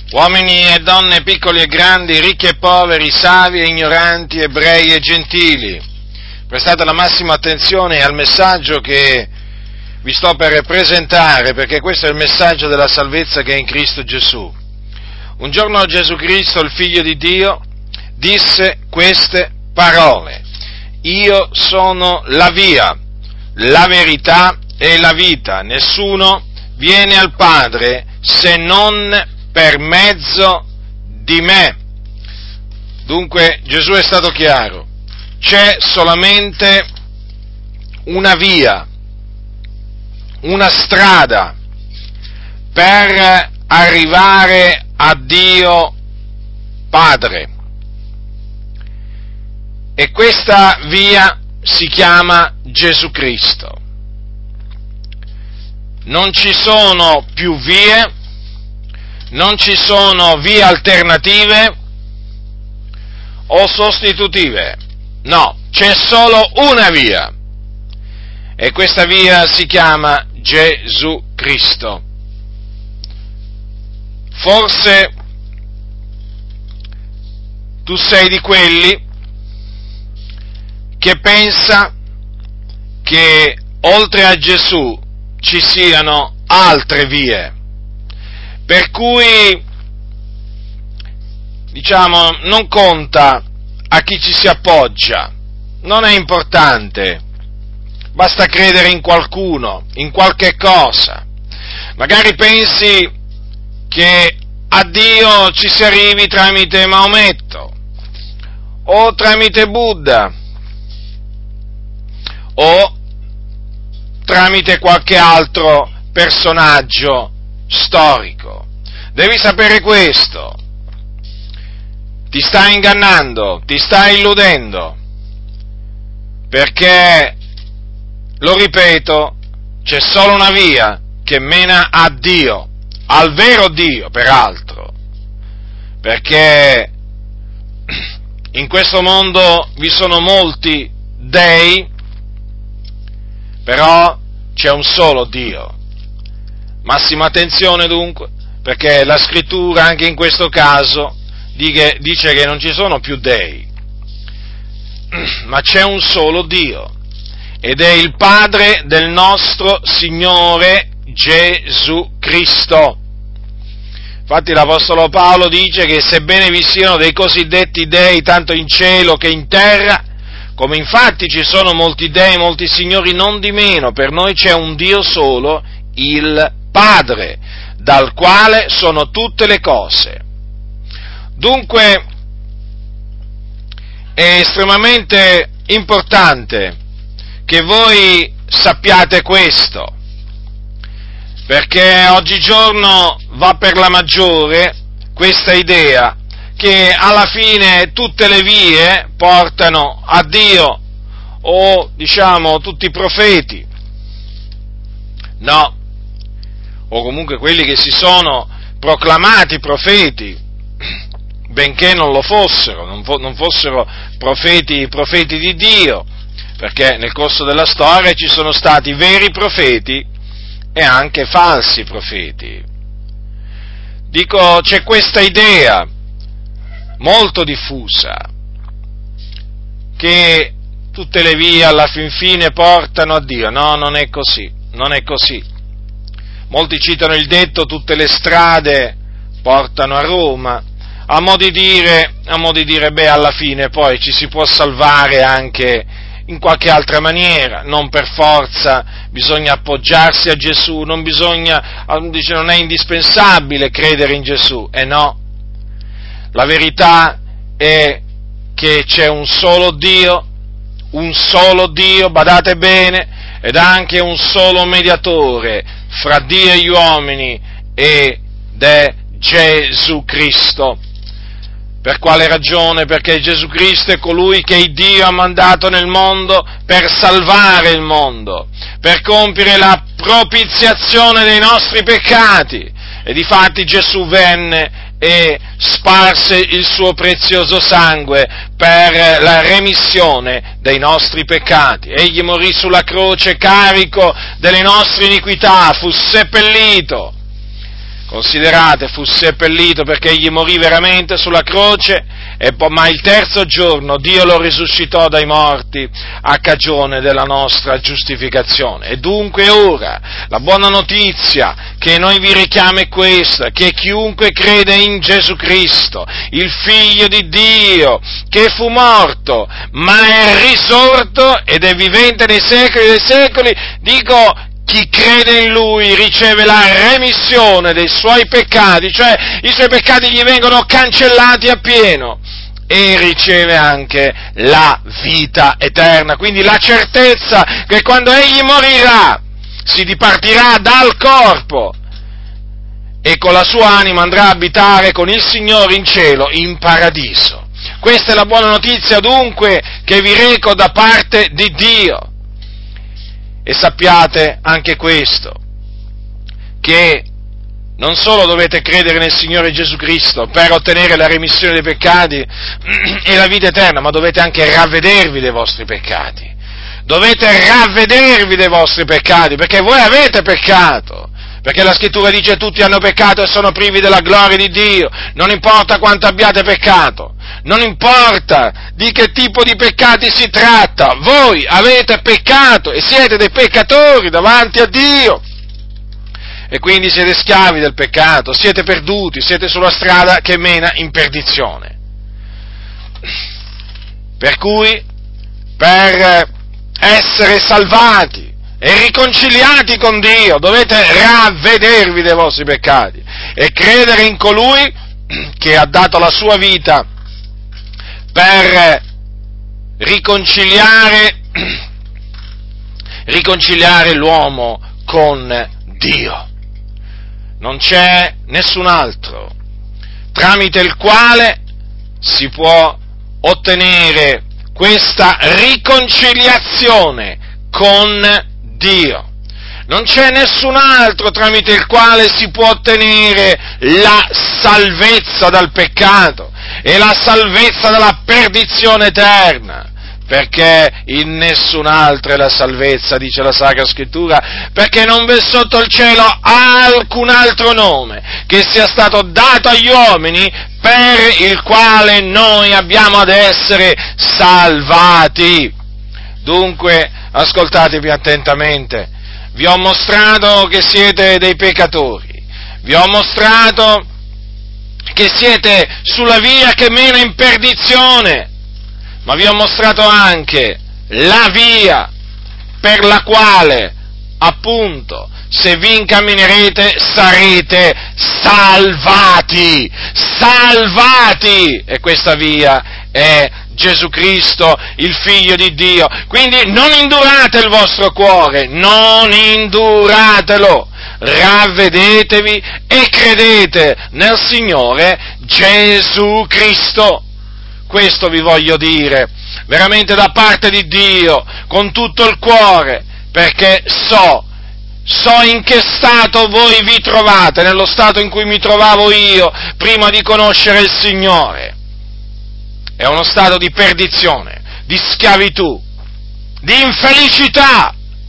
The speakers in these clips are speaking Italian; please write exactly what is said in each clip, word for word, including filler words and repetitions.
uomini e donne, piccoli e grandi, ricchi e poveri, savi e ignoranti, ebrei e gentili, prestate la massima attenzione al messaggio che vi sto per presentare, perché questo è il messaggio della salvezza che è in Cristo Gesù. Un giorno Gesù Cristo, il Figlio di Dio, disse queste parole: io sono la via, la verità e la vita, nessuno viene al Padre se non per mezzo di me. Dunque Gesù è stato chiaro: c'è solamente una via, una strada per arrivare a Dio Padre, e questa via si chiama Gesù Cristo. Non ci sono più vie, non ci sono vie alternative o sostitutive, no, c'è solo una via, e questa via si chiama Gesù Cristo. Forse tu sei di quelli che pensa che oltre a Gesù ci siano altre vie, per cui, diciamo, non conta a chi ci si appoggia, non è importante, basta credere in qualcuno, in qualche cosa. Magari pensi che a Dio ci si arrivi tramite Maometto, o tramite Buddha, o tramite qualche altro personaggio storico. Devi sapere questo: ti stai ingannando, ti stai illudendo, perché, lo ripeto, c'è solo una via che mena a Dio, al vero Dio, peraltro, perché in questo mondo vi sono molti dei, però c'è un solo Dio. Massima attenzione dunque, perché la Scrittura anche in questo caso dice che non ci sono più dei, ma c'è un solo Dio, ed è il Padre del nostro Signore Gesù Cristo. Infatti l'Apostolo Paolo dice che sebbene vi siano dei cosiddetti dei tanto in cielo che in terra, come infatti ci sono molti dei, molti signori, non di meno, per noi c'è un Dio solo, il Padre, dal quale sono tutte le cose. Dunque è estremamente importante che voi sappiate questo, perché oggigiorno va per la maggiore questa idea che alla fine tutte le vie portano a Dio, o diciamo tutti i profeti. No, o comunque quelli che si sono proclamati profeti, benché non lo fossero, non, fo- non fossero profeti, profeti di Dio, perché nel corso della storia ci sono stati veri profeti e anche falsi profeti. Dico, c'è questa idea molto diffusa che tutte le vie alla fin fine portano a Dio. No, non è così, non è così. Molti citano il detto: tutte le strade portano a Roma, a mo' di dire, a mo' di dire, beh, alla fine poi ci si può salvare anche in qualche altra maniera, non per forza bisogna appoggiarsi a Gesù, non bisogna, dice, non è indispensabile credere in Gesù. E eh no, la verità è che c'è un solo Dio, un solo Dio, badate bene, ed anche un solo mediatore fra Dio e gli uomini, ed è Gesù Cristo. Per quale ragione? Perché Gesù Cristo è colui che Dio ha mandato nel mondo per salvare il mondo, per compiere la propiziazione dei nostri peccati. E difatti Gesù venne e sparse il suo prezioso sangue per la remissione dei nostri peccati. Egli morì sulla croce carico delle nostre iniquità, fu seppellito Considerate, fu seppellito perché egli morì veramente sulla croce, e poi, ma il terzo giorno Dio lo risuscitò dai morti a cagione della nostra giustificazione. E dunque ora la buona notizia che noi vi richiama è questa, che chiunque crede in Gesù Cristo, il Figlio di Dio, che fu morto, ma è risorto ed è vivente nei secoli dei secoli, dico, chi crede in Lui riceve la remissione dei suoi peccati, cioè i suoi peccati gli vengono cancellati appieno, e riceve anche la vita eterna, quindi la certezza che quando egli morirà si dipartirà dal corpo e con la sua anima andrà a abitare con il Signore in cielo, in paradiso. Questa è la buona notizia dunque che vi reco da parte di Dio. E sappiate anche questo, che non solo dovete credere nel Signore Gesù Cristo per ottenere la remissione dei peccati e la vita eterna, ma dovete anche ravvedervi dei vostri peccati. Dovete ravvedervi dei vostri peccati, perché voi avete peccato. Perché la Scrittura dice: tutti hanno peccato e sono privi della gloria di Dio. Non importa quanto abbiate peccato, non importa di che tipo di peccati si tratta, voi avete peccato e siete dei peccatori davanti a Dio. E quindi siete schiavi del peccato, siete perduti, siete sulla strada che mena in perdizione. Per cui, per essere salvati e riconciliati con Dio, dovete ravvedervi dei vostri peccati e credere in colui che ha dato la sua vita per riconciliare, riconciliare l'uomo con Dio. Non c'è nessun altro tramite il quale si può ottenere questa riconciliazione con Dio. Non c'è nessun altro tramite il quale si può ottenere la salvezza dal peccato e la salvezza dalla perdizione eterna, perché in nessun altro è la salvezza, dice la Sacra Scrittura, perché non v'è sotto il cielo alcun altro nome che sia stato dato agli uomini per il quale noi abbiamo ad essere salvati. Dunque, ascoltatevi attentamente, vi ho mostrato che siete dei peccatori, vi ho mostrato che siete sulla via che mena in perdizione, ma vi ho mostrato anche la via per la quale, appunto, se vi incamminerete sarete salvati, salvati, e questa via è Gesù Cristo, il Figlio di Dio. Quindi non indurate il vostro cuore, non induratelo, ravvedetevi e credete nel Signore Gesù Cristo. Questo vi voglio dire, veramente da parte di Dio, con tutto il cuore, perché so, so in che stato voi vi trovate, nello stato in cui mi trovavo io prima di conoscere il Signore. È uno stato di perdizione, di schiavitù, di infelicità.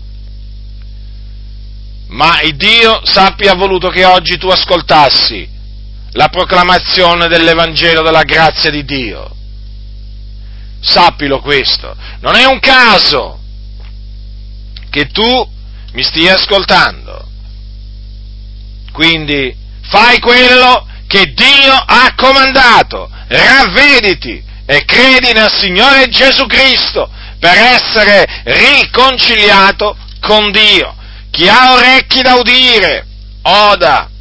Ma il Dio, sappi, ha voluto che oggi tu ascoltassi la proclamazione dell'Evangelo della grazia di Dio. Sappilo questo, non è un caso che tu mi stia ascoltando. Quindi fai quello che Dio ha comandato, ravvediti e credi nel Signore Gesù Cristo per essere riconciliato con Dio. Chi ha orecchi da udire, oda.